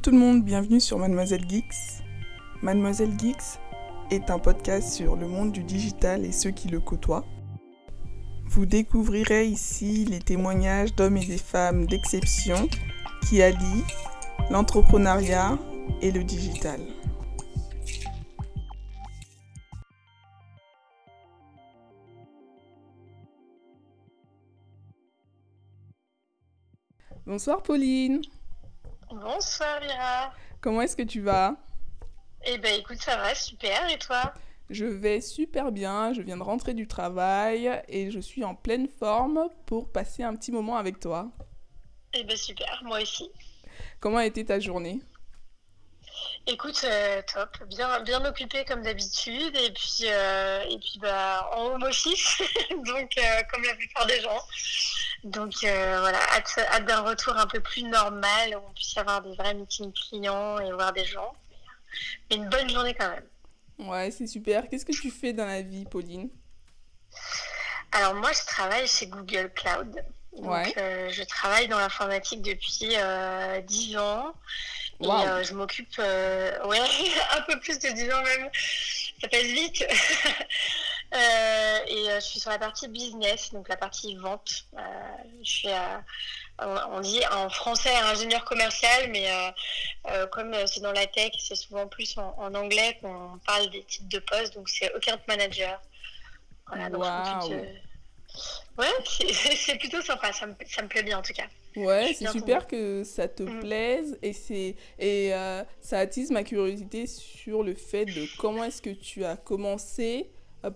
tout le monde, bienvenue sur Mademoiselle Geeks. Mademoiselle Geeks est un podcast sur le monde du digital et ceux qui le côtoient. Vous découvrirez ici les témoignages d'hommes et des femmes d'exception qui allient l'entrepreneuriat et le digital. Bonsoir Pauline. Bonsoir Ira. Comment est-ce que tu vas ? Eh ben écoute, ça va, super, et toi ? Je vais super bien, je viens de rentrer du travail et je suis en pleine forme pour passer un petit moment avec toi. Eh ben super, moi aussi. Comment a été ta journée ? Écoute, top, bien occupée comme d'habitude, et puis en home office, donc comme la plupart des gens. Donc voilà, hâte d'un retour un peu plus normal, où on puisse avoir des vrais meetings clients et voir des gens. Mais une bonne journée quand même. Ouais, c'est super. Qu'est-ce que tu fais dans la vie, Pauline ? Alors moi, je travaille chez Google Cloud. Donc Ouais. je travaille dans l'informatique depuis 10 ans. Et Waouh. je m'occupe, un peu plus de 10 ans même, ça passe vite. Je suis sur la partie business, donc la partie vente. Je suis, on dit en français ingénieur commercial, mais comme c'est dans la tech, c'est souvent plus en anglais qu'on parle des types de postes, donc c'est account manager. Voilà, donc je m'occupe de... Waouh. Ouais, c'est plutôt sympa, ça me plaît bien en tout cas. Je Ouais, suis c'est bien tombée. super que ça te Mm. plaise et ça attise ma curiosité sur le fait de comment est-ce que tu as commencé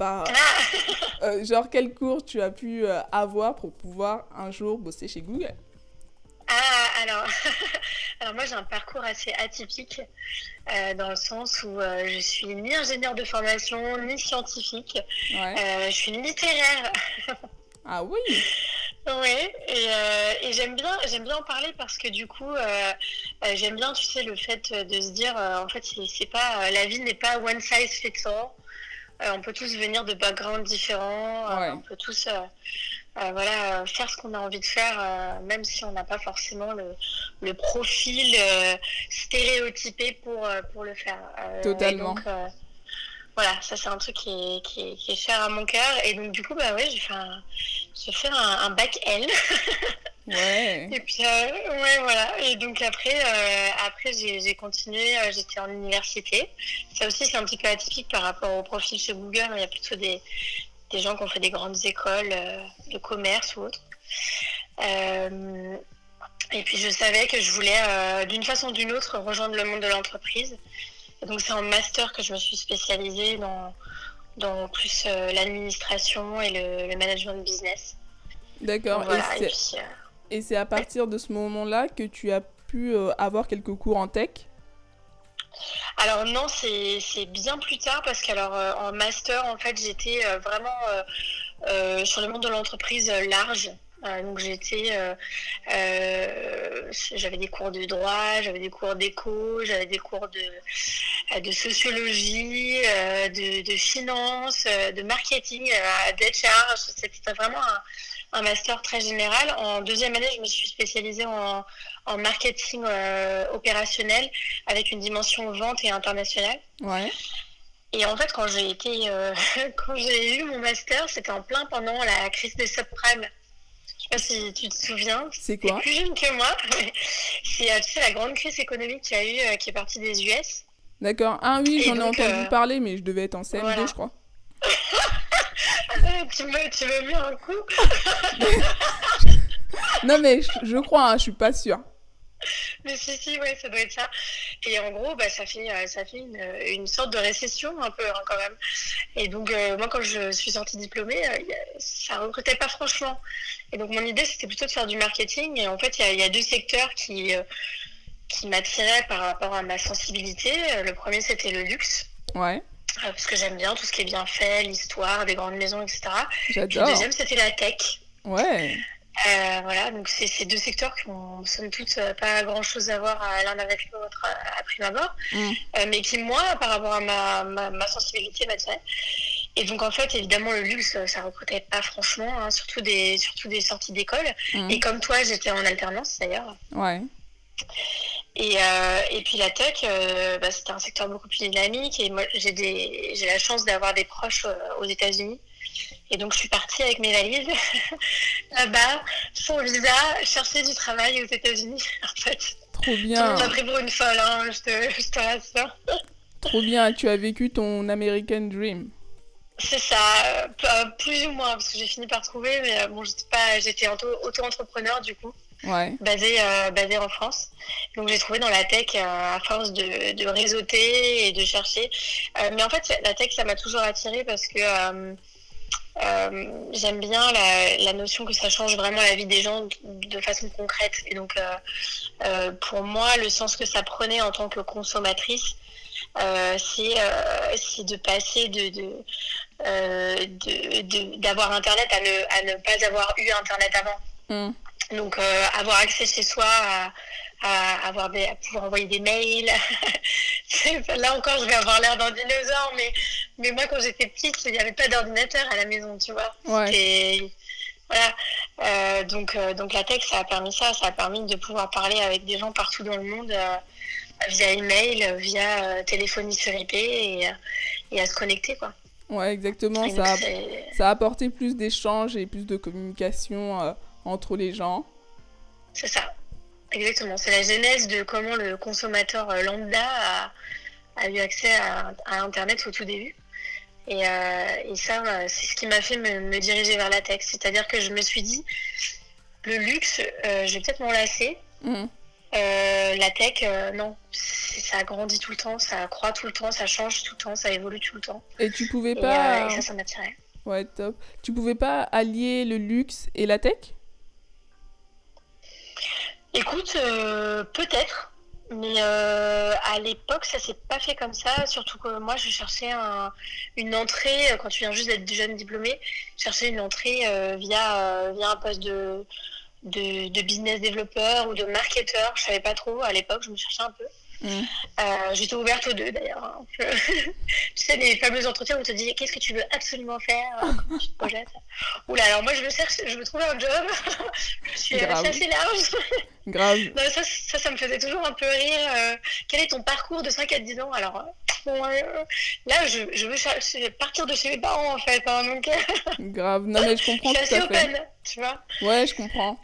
Ah genre quel cours tu as pu avoir pour pouvoir un jour bosser chez Google. Alors, alors moi j'ai un parcours assez atypique dans le sens où je suis ni ingénieure de formation ni scientifique. Ouais. Je suis littéraire. Ah oui. Ouais, et j'aime bien en parler parce que du coup, j'aime bien, tu sais, le fait de se dire, en fait, c'est pas, la vie n'est pas one size fits all. On peut tous venir de backgrounds différents, on Ouais. peut tous faire ce qu'on a envie de faire, même si on n'a pas forcément le profil stéréotypé pour le faire. Totalement. Voilà, ça c'est un truc qui est cher à mon cœur. Et donc du coup, bah ouais, j'ai fait un bac L. Ouais. Et puis, ouais, voilà. Et donc après j'ai continué, j'étais en université. Ça aussi, c'est un petit peu atypique par rapport au profil chez Google. Il y a plutôt des gens qui ont fait des grandes écoles de commerce ou autre. Euh, et puis, je savais que je voulais, d'une façon ou d'une autre, rejoindre le monde de l'entreprise. Et donc, c'est en master que je me suis spécialisée dans plus l'administration et le management business. Donc, D'accord. Et voilà. Et c'est puis, et c'est à ouais. partir de ce moment-là que tu as pu avoir quelques cours en tech. Alors non, c'est bien plus tard parce qu'alors en master, en fait, j'étais vraiment sur le monde de l'entreprise large. Donc j'avais des cours de droit, j'avais des cours d'éco, j'avais des cours de sociologie, de finance, de marketing, d'HR. C'était vraiment un master très général. En deuxième année, je me suis spécialisée en marketing opérationnel avec une dimension vente et internationale. Ouais. Et en fait, quand j'ai eu mon master, c'était en plein pendant la crise des subprimes. Je sais pas si tu te souviens, C'est t'es quoi ? plus jeune que moi. C'est tu sais, la grande crise économique qu'il y a eu, qui est partie des US. D'accord. Ah oui, Et j'en ai donc, entendu parler, mais je devais être en CM2, je voilà. crois. Tu veux bien un coup? Non, mais je crois, hein, je suis pas sûre. Mais si, ouais, ça doit être ça. Et en gros, bah, ça fait une sorte de récession un peu quand même. Et donc, moi, quand je suis sortie diplômée, ça recrutait pas franchement. Et donc, mon idée, c'était plutôt de faire du marketing. Et en fait, il y a deux secteurs qui m'attiraient par rapport à ma sensibilité. Le premier, c'était le luxe. Ouais. Parce que j'aime bien tout ce qui est bien fait, l'histoire, des grandes maisons, etc. Puis le J'adore. deuxième, c'était la tech. Ouais. Voilà, donc c'est ces deux secteurs qui ont somme toute pas grand chose à voir l'un avec l'autre à prime abord, Mm. mais qui, moi, par rapport à ma sensibilité, m'attiraient. Et donc, en fait, évidemment, le luxe, ça recrutait pas franchement, hein, surtout des sorties d'école. Et Mm. comme toi, j'étais en alternance d'ailleurs. Ouais. Et puis la tech, c'était un secteur beaucoup plus dynamique. Et moi, j'ai la chance d'avoir des proches aux États-Unis. Et donc, je suis partie avec mes valises là-bas, sans visa, chercher du travail aux États-Unis, en fait. Trop Tout le bien. monde m'a pris pour une folle, hein, je te rassure. Trop bien. Tu as vécu ton American Dream. C'est ça, plus ou moins, parce que j'ai fini par trouver, mais bon, j'étais auto-entrepreneur du coup, Ouais. basée en France. Donc j'ai trouvé dans la tech à force de réseauter et de chercher. Mais en fait, la tech, ça m'a toujours attirée parce que j'aime bien la notion que ça change vraiment la vie des gens de façon concrète. Et donc, pour moi, le sens que ça prenait en tant que consommatrice, c'est de passer d'avoir Internet à ne pas avoir eu Internet avant. Mm. Donc, avoir accès chez soi à pouvoir envoyer des mails. Là encore, je vais avoir l'air d'un dinosaure, mais moi, quand j'étais petite, il n'y avait pas d'ordinateur à la maison, tu vois. Ouais. Voilà. Donc la tech, ça a permis ça. Ça a permis de pouvoir parler avec des gens partout dans le monde via email, via téléphonie sur IP et à se connecter, quoi. Ouais, exactement. Et donc, Ça a apporté plus d'échanges et plus de communication entre les gens. c'est ça. Exactement. C'est la genèse de comment le consommateur lambda a eu accès à Internet au tout début. Et ça, c'est ce qui m'a fait me diriger vers la tech. C'est-à-dire que je me suis dit, le luxe, je vais peut-être m'en lasser. Mm. La tech, non. Ça grandit tout le temps, ça croît tout le temps, ça change tout le temps, ça évolue tout le temps. Et tu pouvais pas... Et ça m'attirait. Ouais, top. Tu pouvais pas allier le luxe et la tech? Écoute, peut-être. Mais à l'époque, ça s'est pas fait comme ça. Surtout que moi, je cherchais une entrée, quand tu viens juste d'être jeune diplômé, je cherchais une entrée via un poste de business développeur ou de marketeur. Je savais pas trop à l'époque, je me cherchais un peu. Mm. J'étais ouverte aux deux d'ailleurs. Hein. Tu sais, les fameux entretiens où on te dit qu'est-ce que tu veux absolument faire quand tu te projettes. Oula, alors moi je veux trouver un job. Je suis assez large. Grave. Non, ça me faisait toujours un peu rire. Quel est ton parcours de 5 à 10 ans? Alors là, je veux partir de chez mes parents en fait. Hein, donc, grave. Non mais je comprends je suis tout à assez fait. open, tu vois. Ouais, je comprends.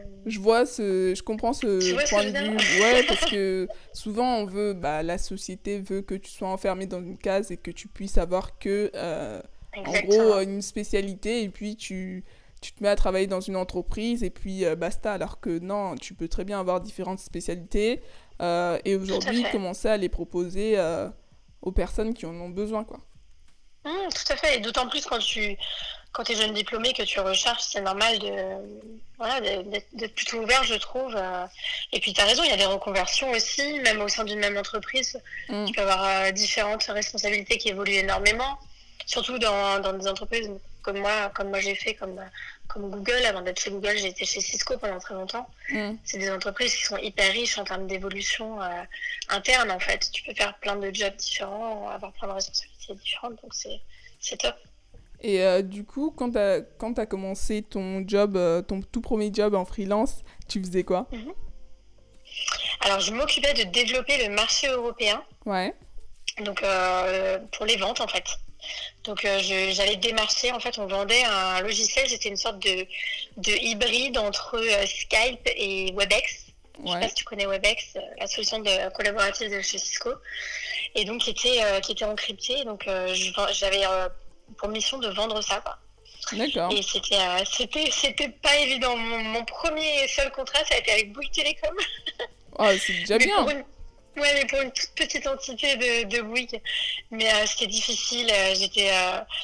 Je comprends ce point de vue. Ouais, parce que souvent on veut, la société veut que tu sois enfermé dans une case et que tu puisses avoir que, en gros, une spécialité et puis tu te mets à travailler dans une entreprise et puis basta. Alors que non, tu peux très bien avoir différentes spécialités et aujourd'hui commencer à les proposer aux personnes qui en ont besoin, quoi. Tout à fait. Et d'autant plus quand tu es jeune diplômé que tu recherches, c'est normal d'être plutôt ouvert, je trouve. Et puis, tu as raison, il y a des reconversions aussi, même au sein d'une même entreprise. Tu peux avoir différentes responsabilités qui évoluent énormément, surtout dans des entreprises comme moi j'ai fait, comme Google. Avant d'être chez Google, j'ai été chez Cisco pendant très longtemps. C'est des entreprises qui sont hyper riches en termes d'évolution interne, en fait. Tu peux faire plein de jobs différents, avoir plein de responsabilités différentes, donc c'est top. Et du coup, quand t'as commencé ton job, ton tout premier job en freelance, tu faisais quoi? Alors, je m'occupais de développer le marché européen. Ouais. Donc, pour les ventes, en fait. Donc, j'allais démarcher. En fait, on vendait un logiciel. C'était une sorte de hybride entre Skype et Webex. Je ne sais pas si tu connais Webex, la solution collaborative de chez Cisco. Et donc, qui était encryptée. Donc, j'avais pour mission de vendre ça, quoi. D'accord. Et c'était pas évident. Mon premier et seul contrat, ça a été avec Bouygues Télécom. Oh, c'est déjà bien. Mais pour une toute petite entité de Bouygues. Mais c'était difficile. J'étais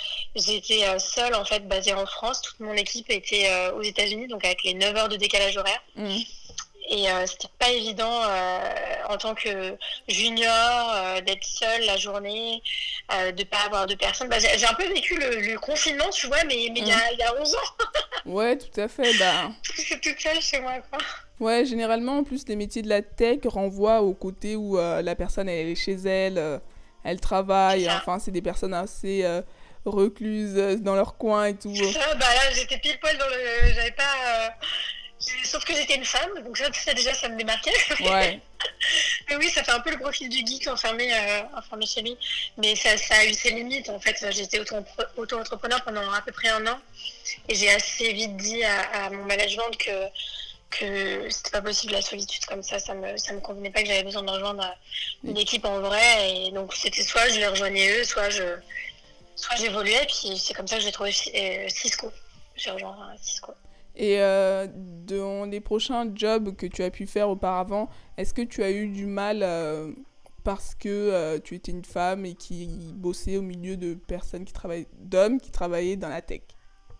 seule, en fait, basée en France. Toute mon équipe était aux États-Unis, donc avec les 9 heures de décalage horaire. Et c'était pas évident en tant que junior d'être seule la journée, de pas avoir de personnes. J'ai un peu vécu le confinement, tu vois, mais il y a 11 ans. Ouais, tout à fait. C'est toute seule chez moi, quoi. Ouais, généralement, en plus, les métiers de la tech renvoient au côté où la personne, elle est chez elle, elle travaille. Enfin, c'est des personnes assez recluses dans leur coin et tout. C'est ça, là, j'étais pile poil dans le... Sauf que j'étais une femme, donc ça déjà, ça me démarquait. Ouais. Mais oui, ça fait un peu le profil du geek enfermé chez lui. Mais ça a eu ses limites. En fait, j'étais auto-entrepreneur pendant à peu près 1 an. Et j'ai assez vite dit à mon management que c'était pas possible la solitude comme ça me convenait pas, que j'avais besoin de rejoindre une équipe en vrai. Et donc c'était soit je les rejoignais eux, soit j'évoluais. Puis c'est comme ça que j'ai trouvé Cisco. J'ai rejoint Cisco. Et dans les prochains jobs que tu as pu faire auparavant, est-ce que tu as eu du mal parce que tu étais une femme et qui bossait au milieu de personnes d'hommes qui travaillaient dans la tech?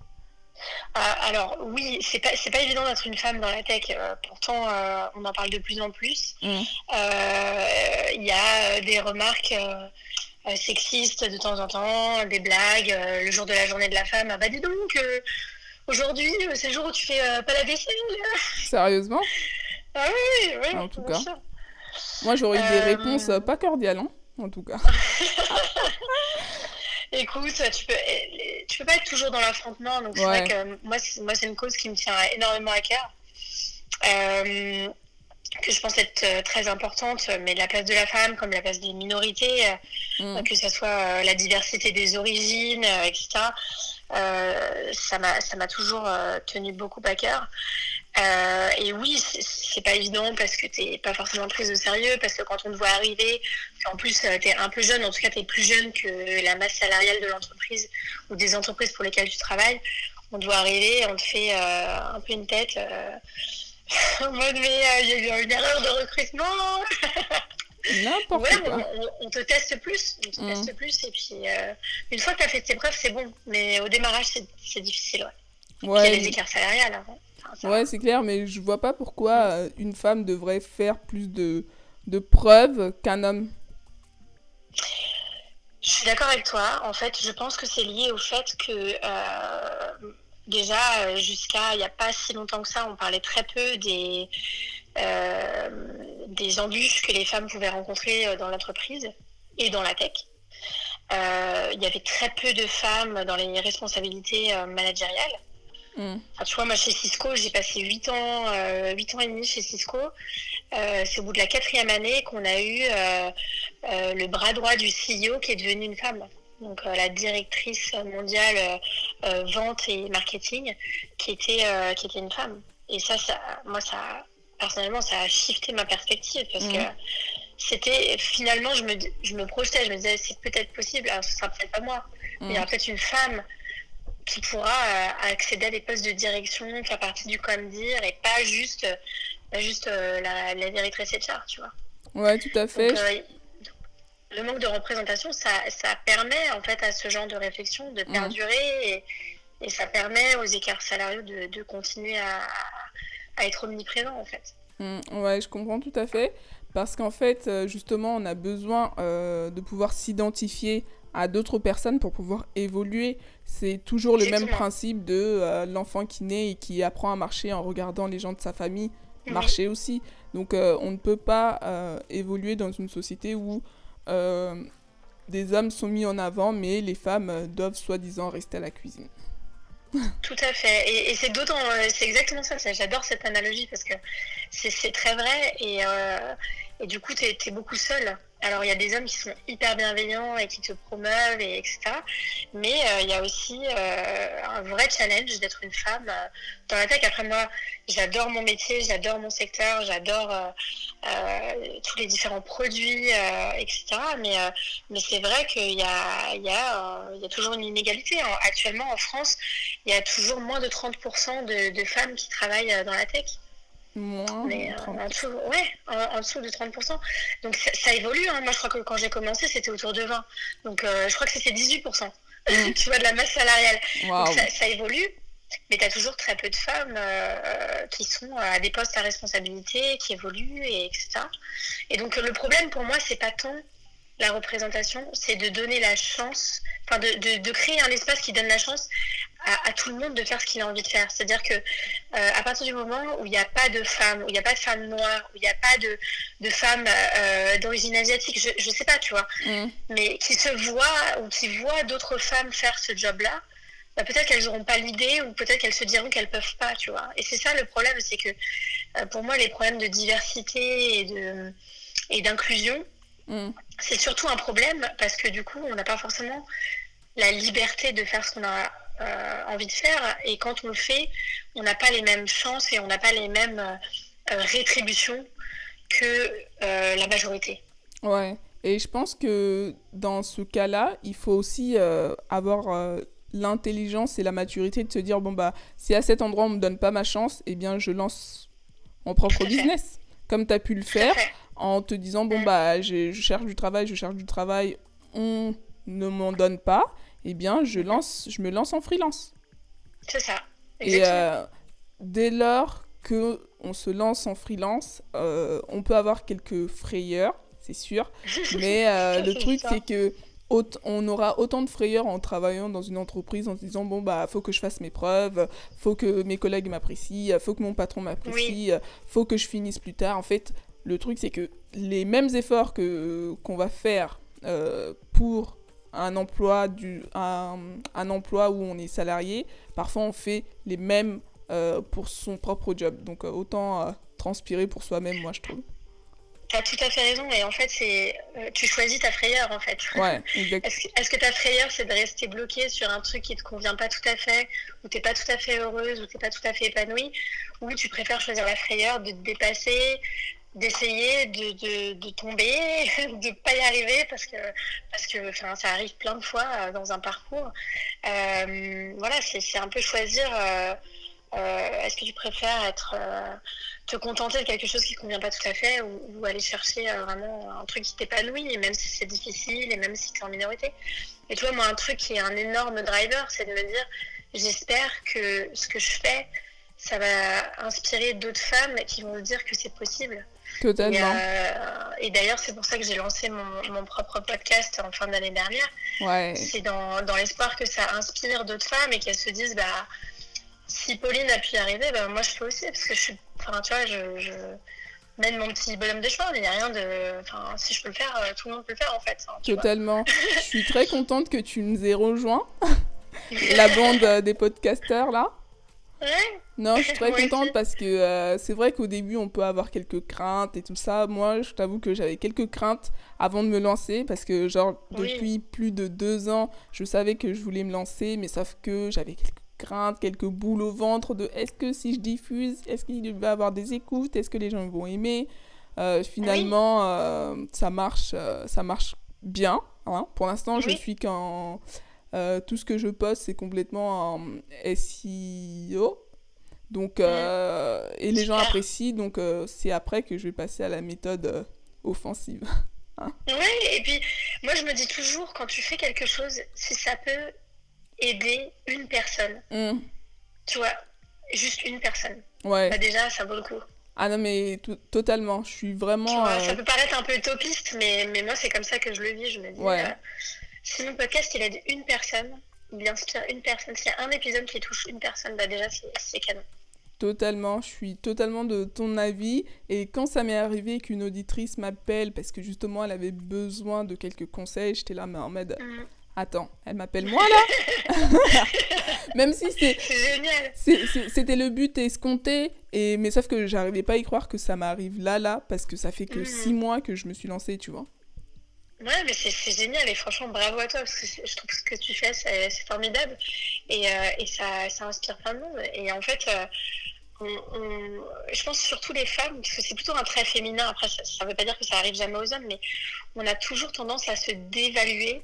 Alors oui, c'est pas évident d'être une femme dans la tech. Pourtant, on en parle de plus en plus. Il y a des remarques sexistes de temps en temps, des blagues. Le jour de la journée de la femme, ah bah dis donc, aujourd'hui, c'est le jour où tu fais pas la vaisselle. Sérieusement? Ah oui, en tout cas. Moi, j'aurais eu des réponses pas cordiales, hein, en tout cas. Écoute, tu peux pas être toujours dans l'affrontement, donc c'est vrai que moi c'est une cause qui me tient énormément à cœur, que je pense être très importante, mais la place de la femme comme la place des minorités, que ce soit la diversité des origines, etc. Ça m'a toujours tenu beaucoup à cœur. Et oui, c'est pas évident parce que t'es pas forcément prise au sérieux, parce que quand on te voit arriver, en plus t'es un peu jeune, en tout cas t'es plus jeune que la masse salariale de l'entreprise ou des entreprises pour lesquelles tu travailles, on te voit arriver, on te fait un peu une tête en mode mais il y a eu une erreur de recrutement. N'importe quoi. On te teste plus, et puis une fois que t'as fait tes preuves, c'est bon, mais au démarrage c'est difficile, ouais. Il y a des écarts salariales avant. Ouais, c'est clair, mais je vois pas pourquoi une femme devrait faire plus de preuves qu'un homme. Je suis d'accord avec toi. En fait, je pense que c'est lié au fait que déjà, jusqu'à il n'y a pas si longtemps que ça, on parlait très peu des embûches que les femmes pouvaient rencontrer dans l'entreprise et dans la tech. Il y avait très peu de femmes dans les responsabilités managériales. Enfin, tu vois, moi chez Cisco, j'ai passé 8 ans et demi chez Cisco. C'est au bout de la 4e année qu'on a eu le bras droit du CEO qui est devenu une femme. Donc la directrice mondiale vente et marketing qui était une femme. Et moi, personnellement, ça a shifté ma perspective parce que c'était finalement, je me projetais, je me disais c'est peut-être possible, alors ce sera peut-être pas moi, mais il y aura peut-être une femme qui pourra accéder à des postes de direction, faire partie du COMDIR et pas juste la directrice HR, tu vois. Ouais, tout à fait. Donc, le manque de représentation, ça permet en fait à ce genre de réflexion de perdurer et ça permet aux écarts salariaux de continuer à être omniprésents en fait. Ouais, je comprends tout à fait. Parce qu'en fait, justement, on a besoin de pouvoir s'identifier à d'autres personnes pour pouvoir évoluer. C'est toujours le même principe de l'enfant qui naît et qui apprend à marcher en regardant les gens de sa famille marcher aussi. Donc on ne peut pas évoluer dans une société où des hommes sont mis en avant, mais les femmes doivent soi-disant rester à la cuisine. Tout à fait. Et c'est exactement ça. J'adore cette analogie parce que c'est très vrai et du coup, t'es beaucoup seule. Alors, il y a des hommes qui sont hyper bienveillants et qui te promeuvent, etc. Mais il y a aussi un vrai challenge d'être une femme dans la tech. Après, moi, j'adore mon métier, j'adore mon secteur, j'adore tous les différents produits, etc. Mais c'est vrai qu'il y a toujours une inégalité. Actuellement, en France, il y a toujours moins de 30% de femmes qui travaillent dans la tech. Mais en dessous de 30%. Donc ça évolue. Hein. Moi, je crois que quand j'ai commencé, c'était autour de 20%. Donc je crois que c'était 18%. Tu vois, de la masse salariale. Wow. Donc ça évolue. Mais tu as toujours très peu de femmes qui sont à des postes à responsabilité, qui évoluent, etc. Et donc le problème pour moi, c'est pas tant la représentation, c'est de donner la chance, enfin de créer un espace qui donne la chance à tout le monde de faire ce qu'il a envie de faire. C'est-à-dire que à partir du moment où il n'y a pas de femmes, où il n'y a pas de femmes noires, où il n'y a pas de femmes d'origine asiatique, je sais pas, tu vois, mais qui se voient ou qui voient d'autres femmes faire ce job-là, peut-être qu'elles n'auront pas l'idée ou peut-être qu'elles se diront qu'elles peuvent pas, tu vois. Et c'est ça le problème, c'est que pour moi, les problèmes de diversité et d'inclusion, c'est surtout un problème parce que du coup, on n'a pas forcément la liberté de faire ce qu'on a envie de faire. Et quand on le fait, on n'a pas les mêmes chances et on n'a pas les mêmes rétributions que la majorité. Ouais, et je pense que dans ce cas-là, il faut aussi avoir l'intelligence et la maturité de se dire, bon bah, si à cet endroit on me donne pas ma chance, eh bien je lance mon propre business. Comme tu as pu le faire, en te disant, bon bah, je cherche du travail, on ne m'en donne pas, eh bien je me lance en freelance. C'est ça, exactement. Et dès lors qu'on se lance en freelance, on peut avoir quelques frayeurs, c'est sûr, mais le truc c'est que on aura autant de frayeurs en travaillant dans une entreprise en se disant bon bah faut que je fasse mes preuves, faut que mes collègues m'apprécient, faut que mon patron m'apprécie, faut que je finisse plus tard. En fait, le truc c'est que les mêmes efforts qu'on va faire pour un emploi où on est salarié, parfois on fait les mêmes pour son propre job. Donc autant transpirer pour soi-même, moi je trouve. T'as tout à fait raison, et en fait, tu choisis ta frayeur, en fait. Ouais, exact. Est-ce que ta frayeur, c'est de rester bloqué sur un truc qui te convient pas tout à fait, où t'es pas tout à fait heureuse, où t'es pas tout à fait épanouie, ou tu préfères choisir la frayeur de te dépasser, d'essayer de tomber, de pas y arriver, parce que ça arrive plein de fois dans un parcours. Voilà, c'est un peu choisir... est-ce que tu préfères te contenter de quelque chose qui ne convient pas tout à fait ou aller chercher vraiment un truc qui t'épanouit, et même si c'est difficile et même si tu es en minorité. Et tu vois, moi, un truc qui est un énorme driver, c'est de me dire, j'espère que ce que je fais, ça va inspirer d'autres femmes qui vont me dire que c'est possible. Totalement. Et d'ailleurs, c'est pour ça que j'ai lancé mon propre podcast en fin d'année dernière. Ouais. C'est dans l'espoir que ça inspire d'autres femmes et qu'elles se disent, bah, si Pauline a pu y arriver, bah, moi je peux aussi, parce que je mène mon petit bonhomme de chemin, il n'y a rien de... Enfin, si je peux le faire, tout le monde peut le faire en fait. Totalement. Je suis très contente que tu nous aies rejoint, la bande des podcasteurs là. Ouais. Non, je suis très contente parce que c'est vrai qu'au début on peut avoir quelques craintes et tout ça. Moi, je t'avoue que j'avais quelques craintes avant de me lancer parce que genre depuis plus de 2 ans, je savais que je voulais me lancer, mais sauf que j'avais quelques craintes, quelques boules au ventre de est-ce que si je diffuse, est-ce qu'il va y avoir des écoutes, est-ce que les gens vont aimer. Finalement, ça marche bien. Hein. Pour l'instant, je suis qu'en... tout ce que je poste, c'est complètement en SEO. Donc, et les gens apprécient, donc c'est après que je vais passer à la méthode offensive. Hein. Oui, et puis moi je me dis toujours, quand tu fais quelque chose, si ça peut aider une personne, tu vois, juste une personne, bah déjà ça vaut le coup. Ah non mais totalement, je suis vraiment... Tu vois, ça peut paraître un peu utopiste, mais moi c'est comme ça que je le vis, je me dis, si mon podcast il aide une personne, il inspire une personne, s'il y a un épisode qui touche une personne, bah déjà c'est canon. Totalement, je suis totalement de ton avis. Et quand ça m'est arrivé qu'une auditrice m'appelle parce que justement elle avait besoin de quelques conseils, j'étais là mais en mode attends, elle m'appelle moi là. Même si c'est génial. C'était le but escompté, mais sauf que j'arrivais pas à y croire que ça m'arrive là parce que ça fait que 6 mois que je me suis lancée, tu vois. Ouais, mais c'est génial et franchement bravo à toi parce que je trouve que ce que tu fais c'est formidable et ça inspire plein de monde. Et en fait, je pense surtout les femmes, parce que c'est plutôt un trait féminin, après ça veut pas dire que ça arrive jamais aux hommes, mais on a toujours tendance à se dévaluer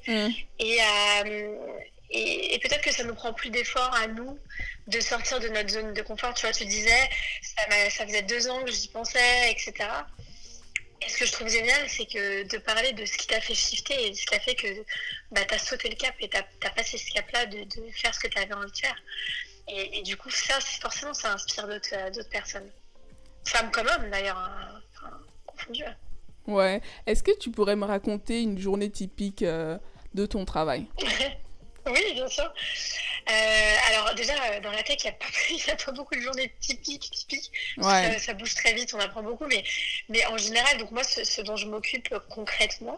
et peut-être que ça nous prend plus d'efforts à nous de sortir de notre zone de confort. Tu vois, tu disais, ça faisait 2 ans que j'y pensais, etc. Et ce que je trouve génial, c'est que de parler de ce qui t'a fait shifter et ce qui a fait que t'as sauté le cap et t'as passé ce cap-là de faire ce que t'avais envie de faire. Et du coup, ça, forcément, ça inspire d'autres personnes. Femmes comme hommes, d'ailleurs, confondues. Ouais. Est-ce que tu pourrais me raconter une journée typique de ton travail ? Oui, bien sûr. Alors déjà, dans la tech, il y a pas beaucoup de journées typiques. Ouais. Ça bouge très vite, on apprend beaucoup, mais en général, donc moi, ce dont je m'occupe concrètement,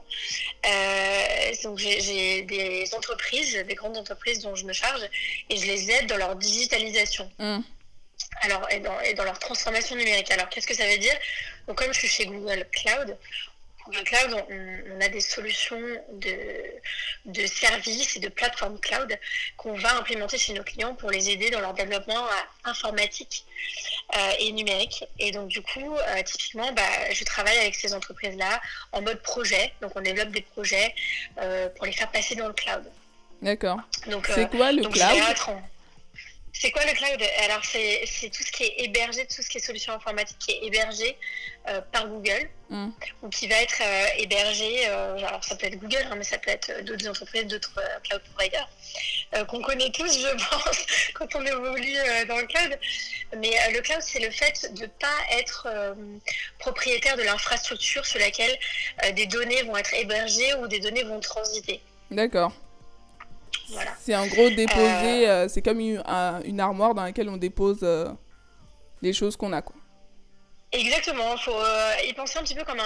donc j'ai des grandes entreprises dont je me charge, et je les aide dans leur digitalisation. Mm. Alors, et dans leur transformation numérique. Alors, qu'est-ce que ça veut dire? Donc, comme je suis chez Google Cloud, on a des solutions de services et de plateformes cloud qu'on va implémenter chez nos clients pour les aider dans leur développement informatique et numérique. Et donc, du coup, typiquement, je travaille avec ces entreprises-là en mode projet. Donc, on développe des projets pour les faire passer dans le cloud. D'accord. Donc, c'est quoi le cloud? C'est quoi le cloud? Alors, c'est tout ce qui est hébergé, tout ce qui est solution informatique qui est hébergé par Google ou qui va être hébergé, alors ça peut être Google, mais ça peut être d'autres entreprises, d'autres cloud providers qu'on connaît tous, je pense, quand on évolue dans le cloud. Mais le cloud, c'est le fait de ne pas être propriétaire de l'infrastructure sur laquelle des données vont être hébergées ou des données vont transiter. D'accord. Voilà. C'est en gros déposer, c'est comme une armoire dans laquelle on dépose les choses qu'on a, quoi. Exactement, il faut y penser un petit peu comme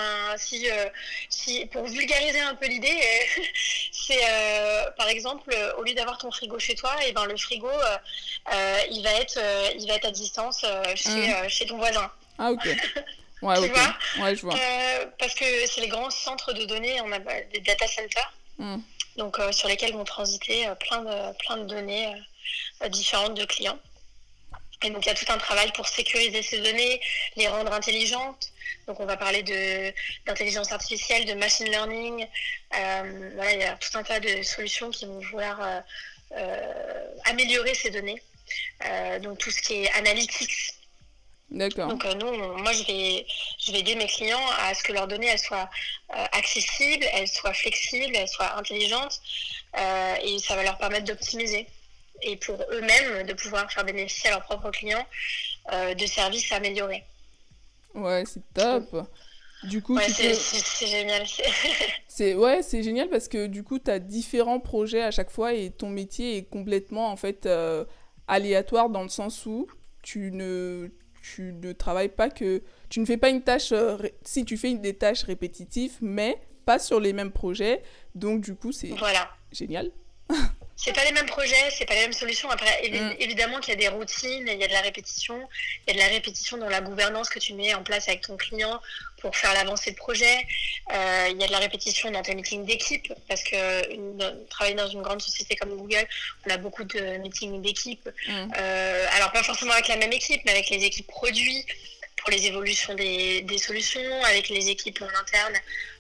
pour vulgariser un peu l'idée, c'est par exemple, au lieu d'avoir ton frigo chez toi, et le frigo, il va être à distance chez ton voisin. Ah, ok. Ouais, tu ok. vois Ouais, je vois. Parce que c'est les grands centres de données, on a des data centers. Donc, sur lesquels vont transiter plein de données différentes de clients. Et donc, il y a tout un travail pour sécuriser ces données, les rendre intelligentes. Donc, on va parler d'intelligence artificielle, de machine learning. Voilà, il y a tout un tas de solutions qui vont vouloir améliorer ces données. Donc, tout ce qui est analytics. D'accord. Donc moi je vais aider mes clients à ce que leurs données elles soient accessibles, elles soient flexibles, elles soient intelligentes et ça va leur permettre d'optimiser et pour eux-mêmes de pouvoir faire bénéficier à leurs propres clients de services améliorés. Ouais, c'est top. Du coup, ouais, c'est génial. C'est génial parce que du coup, tu as différents projets à chaque fois et ton métier est complètement en fait aléatoire dans le sens où tu ne travailles pas que... Tu ne fais pas une tâche... si, tu fais des tâches répétitives, mais pas sur les mêmes projets. Donc, du coup, c'est génial. C'est pas les mêmes projets, c'est pas les mêmes solutions. Après, évidemment qu'il y a des routines, il y a de la répétition. Il y a de la répétition dans la gouvernance que tu mets en place avec ton client pour faire l'avancée de projet. Il y a de la répétition dans tes meetings d'équipe parce que travailler dans une grande société comme Google, on a beaucoup de meetings d'équipe. Alors, pas forcément avec la même équipe, mais avec les équipes produits pour les évolutions des solutions, avec les équipes en interne.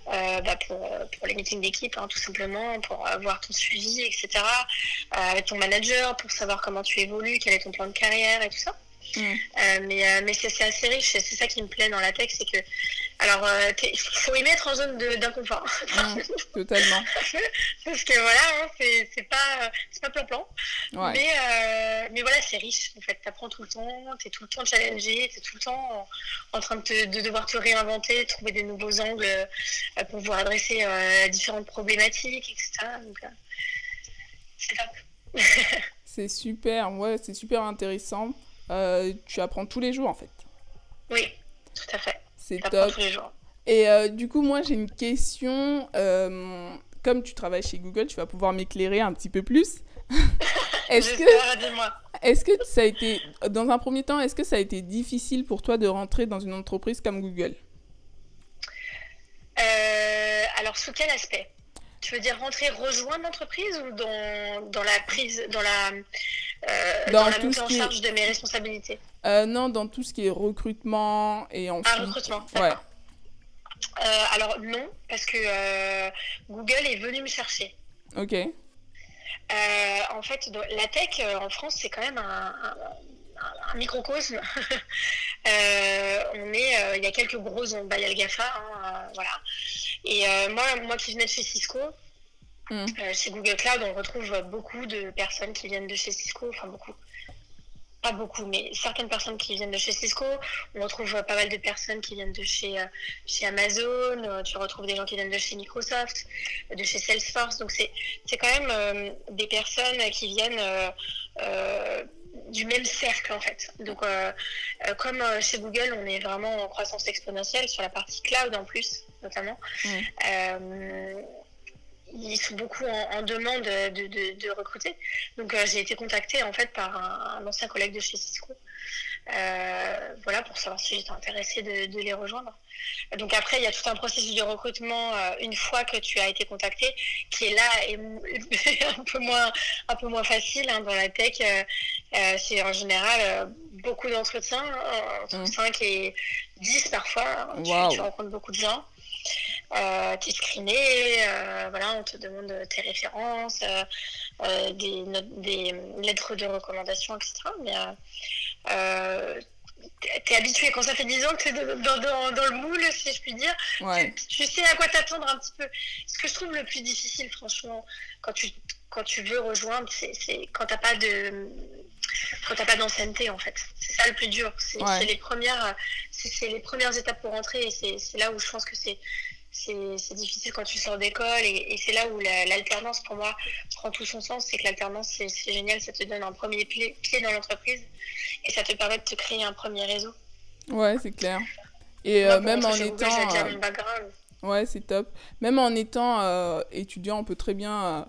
Pour les meetings d'équipe, tout simplement, pour avoir ton suivi, etc. Avec ton manager, pour savoir comment tu évolues, quel est ton plan de carrière et tout ça. Mais c'est assez riche, c'est ça qui me plaît dans la tech, c'est que il faut y mettre en zone d'inconfort. Totalement. Parce que voilà, c'est pas plan-plan. Ouais. Mais voilà, c'est riche. En fait, t'apprends tout le temps, t'es tout le temps challengé, t'es tout le temps en train de devoir te réinventer, trouver des nouveaux angles pour pouvoir adresser différentes problématiques, etc. Donc, c'est top. C'est super, ouais, c'est super intéressant. Tu apprends tous les jours en fait. Oui, tout à fait. C'est top. Tous les jours. Et du coup, moi j'ai une question. Comme tu travailles chez Google, tu vas pouvoir m'éclairer un petit peu plus. Est-ce que ça a été, dans un premier temps, est-ce que ça a été difficile pour toi de rentrer dans une entreprise comme Google? Alors, sous quel aspect? Tu veux dire rejoindre l'entreprise ou dans la prise, dans la montée en charge de mes responsabilités? Non, dans tout ce qui est recrutement et ensuite... recrutement, d'accord. Ouais. Alors non, parce que Google est venu me chercher. Ok. En fait, la tech en France, c'est quand même un microcosme. Il y a quelques gros, il y a le GAFA, voilà. Et moi qui venais de chez Cisco, chez Google Cloud, on retrouve beaucoup de personnes qui viennent de chez Cisco, enfin beaucoup. Pas beaucoup, mais certaines personnes qui viennent de chez Cisco. On retrouve pas mal de personnes qui viennent de chez Amazon. Tu retrouves des gens qui viennent de chez Microsoft, de chez Salesforce. Donc, c'est quand même des personnes qui viennent du même cercle en fait. Donc comme chez Google, on est vraiment en croissance exponentielle sur la partie cloud en plus, notamment. Ils sont beaucoup en demande de recruter. Donc j'ai été contactée en fait par un ancien collègue de chez Cisco. Voilà, pour savoir si j'étais intéressée de les rejoindre. Donc après, il y a tout un processus de recrutement une fois que tu as été contacté, qui est là et un peu moins facile dans la tech. C'est en général beaucoup d'entretiens, entre 5 et 10 parfois. Tu rencontres beaucoup de gens. Tu es screené, voilà, on te demande tes références, des lettres de recommandation, etc. Mais t'es habitué, quand ça fait 10 ans que t'es dans le moule, si je puis dire, tu sais à quoi t'attendre un petit peu. Ce que je trouve le plus difficile, franchement, quand tu veux rejoindre, c'est quand t'as pas d'ancienneté, en fait. C'est ça le plus dur. C'est les premières étapes pour rentrer, et c'est là où je pense que c'est difficile quand tu sors d'école, et c'est là où l'alternance pour moi prend tout son sens. C'est que l'alternance c'est génial, ça te donne un premier pied dans l'entreprise et ça te permet de te créer un premier réseau. Ouais, c'est clair. Et moi, même en étant ouais, c'est top. Même en étant étudiant, on peut très bien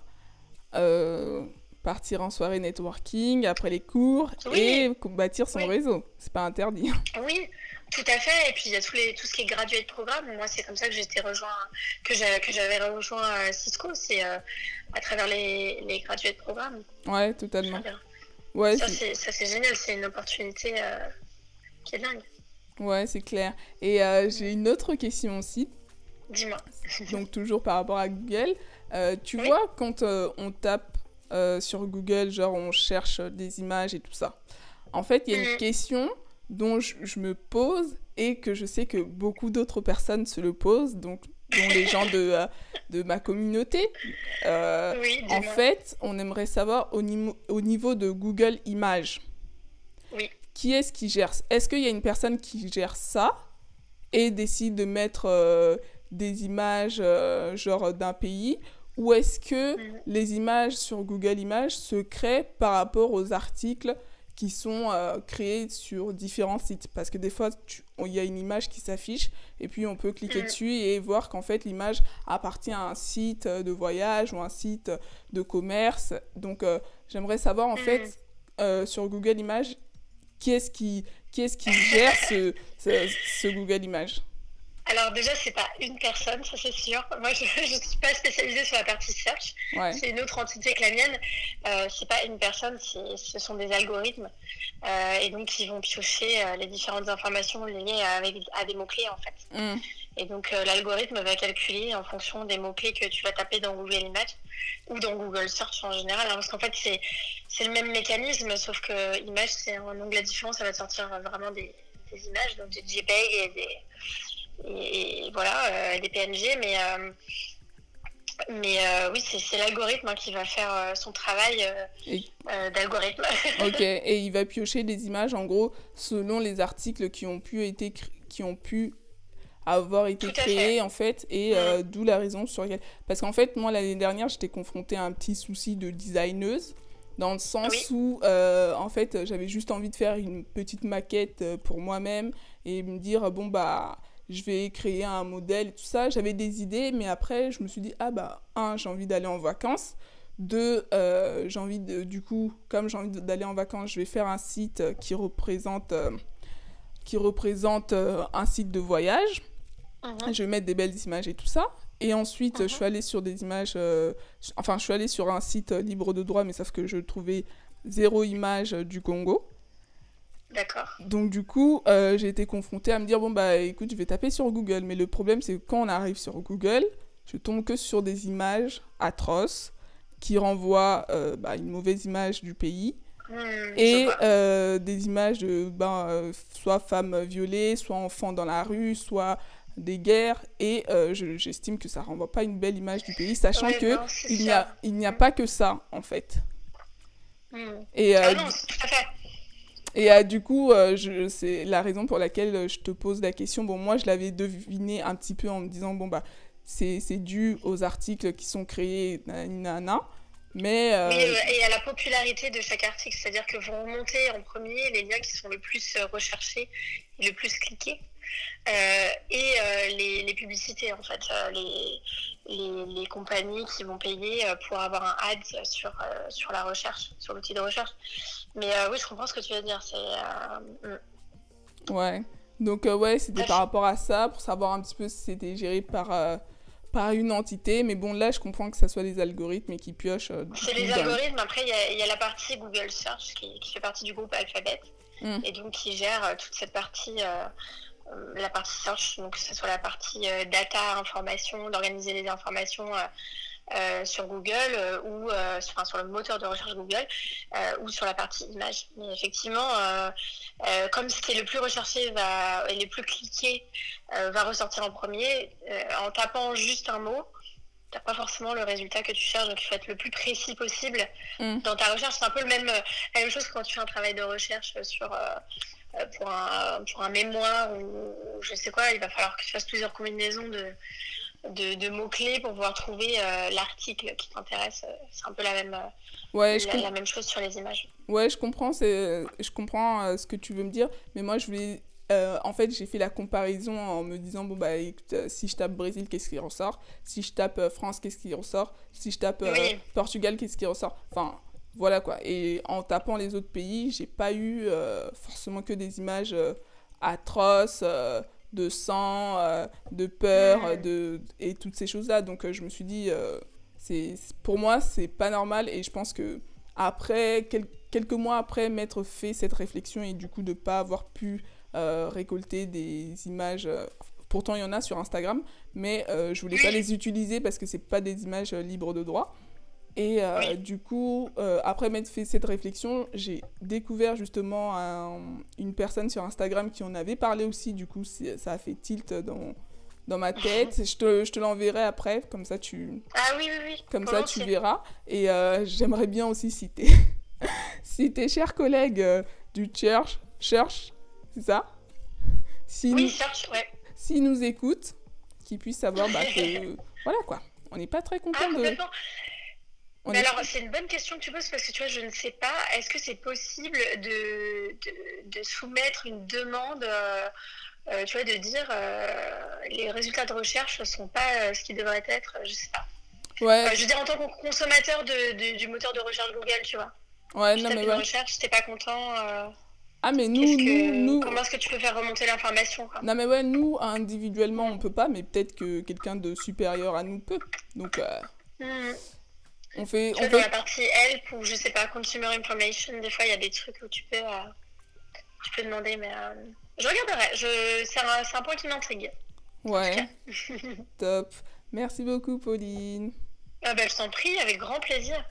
partir en soirée networking après les cours et bâtir son réseau. C'est pas interdit. Oui. Tout à fait, et puis il y a tout ce qui est graduate programme. Moi, c'est comme ça que j'avais rejoint Cisco, c'est à travers les graduate programmes. Ouais, totalement. Ouais, ça c'est génial, c'est une opportunité qui est dingue. Ouais, c'est clair. Et j'ai une autre question aussi. Dis-moi. Donc toujours par rapport à Google, tu vois quand on tape sur Google, genre on cherche des images et tout ça. En fait, il y a une question dont je me pose et que je sais que beaucoup d'autres personnes se le posent, donc dont les gens de ma communauté. En fait, on aimerait savoir au niveau de Google Images. Qui est-ce qui gère? Est-ce qu'il y a une personne qui gère ça et décide de mettre des images genre d'un pays, ou est-ce que les images sur Google Images se créent par rapport aux articles qui sont créés sur différents sites? Parce que des fois, il y a une image qui s'affiche et puis on peut cliquer dessus et voir qu'en fait, l'image appartient à un site de voyage ou un site de commerce. Donc, j'aimerais savoir en fait, sur Google Images, qui est-ce qui gère ce Google Images? Alors déjà, c'est pas une personne, ça c'est sûr. Moi, je suis pas spécialisée sur la partie search. C'est une autre entité que la mienne. C'est pas une personne, ce sont des algorithmes. Et donc, ils vont piocher les différentes informations liées à des mots-clés, en fait. Et donc, l'algorithme va calculer en fonction des mots-clés que tu vas taper dans Google Images ou dans Google Search en général. Parce qu'en fait, c'est le même mécanisme, sauf que Images, c'est un onglet différent. Ça va te sortir vraiment des images, donc des JPEG et voilà, des PNG, mais oui, c'est l'algorithme qui va faire son travail d'algorithme. Ok, et il va piocher des images en gros selon les articles qui ont pu avoir été créés en fait, et d'où la raison sur laquelle. Parce qu'en fait, moi l'année dernière, j'étais confrontée à un petit souci de designeuse, dans le sens où en fait, j'avais juste envie de faire une petite maquette pour moi-même et me dire bon bah je vais créer un modèle et tout ça. J'avais des idées, mais après, je me suis dit, j'ai envie d'aller en vacances. Comme j'ai envie d'aller en vacances, je vais faire un site qui représente un site de voyage. Je vais mettre des belles images et tout ça. Et ensuite, je suis allée sur des images... je suis allée sur un site libre de droit, mais sauf que je trouvais 0 image du Congo. D'accord. Donc du coup, j'ai été confrontée à me dire, bon bah écoute, je vais taper sur Google. Mais le problème, c'est que quand on arrive sur Google, je tombe que sur des images atroces qui renvoient une mauvaise image du pays. Et des images de soit femmes violées, soit enfants dans la rue, soit des guerres. Et j'estime que ça renvoie pas une belle image du pays, sachant qu'il n'y a pas que ça, en fait. Et, non, tout à fait. Et du coup, c'est la raison pour laquelle je te pose la question. Bon, moi, je l'avais deviné un petit peu en me disant, bon, bah, c'est dû aux articles qui sont créés, nanana. Mais et à la popularité de chaque article, c'est-à-dire que vont remonter en premier les liens qui sont le plus recherchés et le plus cliqués. Les publicités, en fait, les compagnies qui vont payer pour avoir un ad sur la recherche, sur l'outil de recherche. Mais oui, je comprends ce que tu veux dire. Ouais. Donc, c'était par rapport à ça, pour savoir un petit peu si c'était géré par une entité. Mais bon, là, je comprends que ça soit des algorithmes et qui piochent. C'est les algorithmes. Après, il y a la partie Google Search qui fait partie du groupe Alphabet. Et donc, qui gère toute cette partie... la partie search, donc que ce soit la partie data, information, d'organiser les informations sur Google ou sur le moteur de recherche Google ou sur la partie image. Mais effectivement, comme ce qui est le plus recherché et le plus cliqué va ressortir en premier, en tapant juste un mot, tu n'as pas forcément le résultat que tu cherches, donc il faut être le plus précis possible dans ta recherche. C'est un peu la même chose que quand tu fais un travail de recherche pour un mémoire ou je sais quoi, il va falloir que tu fasses plusieurs combinaisons de mots-clés pour pouvoir trouver l'article qui t'intéresse. C'est un peu la même chose sur les images. Ouais, je comprends ce que tu veux me dire, mais moi je voulais... en fait, j'ai fait la comparaison en me disant, bon bah écoute, si je tape Brésil, qu'est-ce qui ressort ? Si je tape France, qu'est-ce qui ressort ? Si je tape Portugal, qu'est-ce qui ressort ? Enfin... Voilà quoi. Et en tapant les autres pays, j'ai pas eu forcément que des images atroces, de sang, de peur, et toutes ces choses-là. Donc je me suis dit, pour moi, c'est pas normal. Et je pense que après, quelques mois après m'être fait cette réflexion et du coup de pas avoir pu récolter des images... pourtant, il y en a sur Instagram, mais je voulais pas les utiliser parce que c'est pas des images libres de droit. Et du coup, après m'être fait cette réflexion, j'ai découvert justement une personne sur Instagram qui en avait parlé aussi. Du coup, ça a fait tilt dans ma tête. Je te l'enverrai après, comme ça tu... Ah oui. Comme ça tu verras. Et j'aimerais bien aussi citer si tes chers collègues du Church, c'est ça ? Church, ouais. S'ils nous écoutent, qu'ils puissent savoir que... Voilà quoi, on n'est pas très content de... Alors, c'est une bonne question que tu poses parce que tu vois, je ne sais pas, est-ce que c'est possible de soumettre une demande, tu vois, de dire les résultats de recherche ne sont pas ce qu'ils devraient être, je ne sais pas. Ouais. Je veux dire, en tant que consommateur du moteur de recherche Google, tu vois. Ouais, tu non, mais tapes une recherche, t'es pas content. Ah, mais nous... Comment est-ce que tu peux faire remonter l'information, quoi ? Non, mais ouais, nous, individuellement, on peut pas, mais peut-être que quelqu'un de supérieur à nous peut. Donc... On fait dans la partie help ou je sais pas, consumer information, des fois il y a des trucs où tu peux demander, mais je regarderai. C'est un point qui m'intrigue. Ouais. Top. Merci beaucoup, Pauline. Je t'en prie, avec grand plaisir.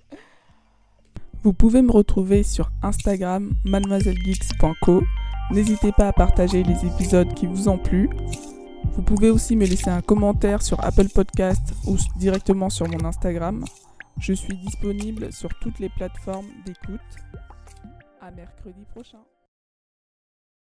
Vous pouvez me retrouver sur Instagram mademoisellegeeks.co. N'hésitez pas à partager les épisodes qui vous ont plu. Vous pouvez aussi me laisser un commentaire sur Apple Podcast ou directement sur mon Instagram. Je suis disponible sur toutes les plateformes d'écoute. À mercredi prochain.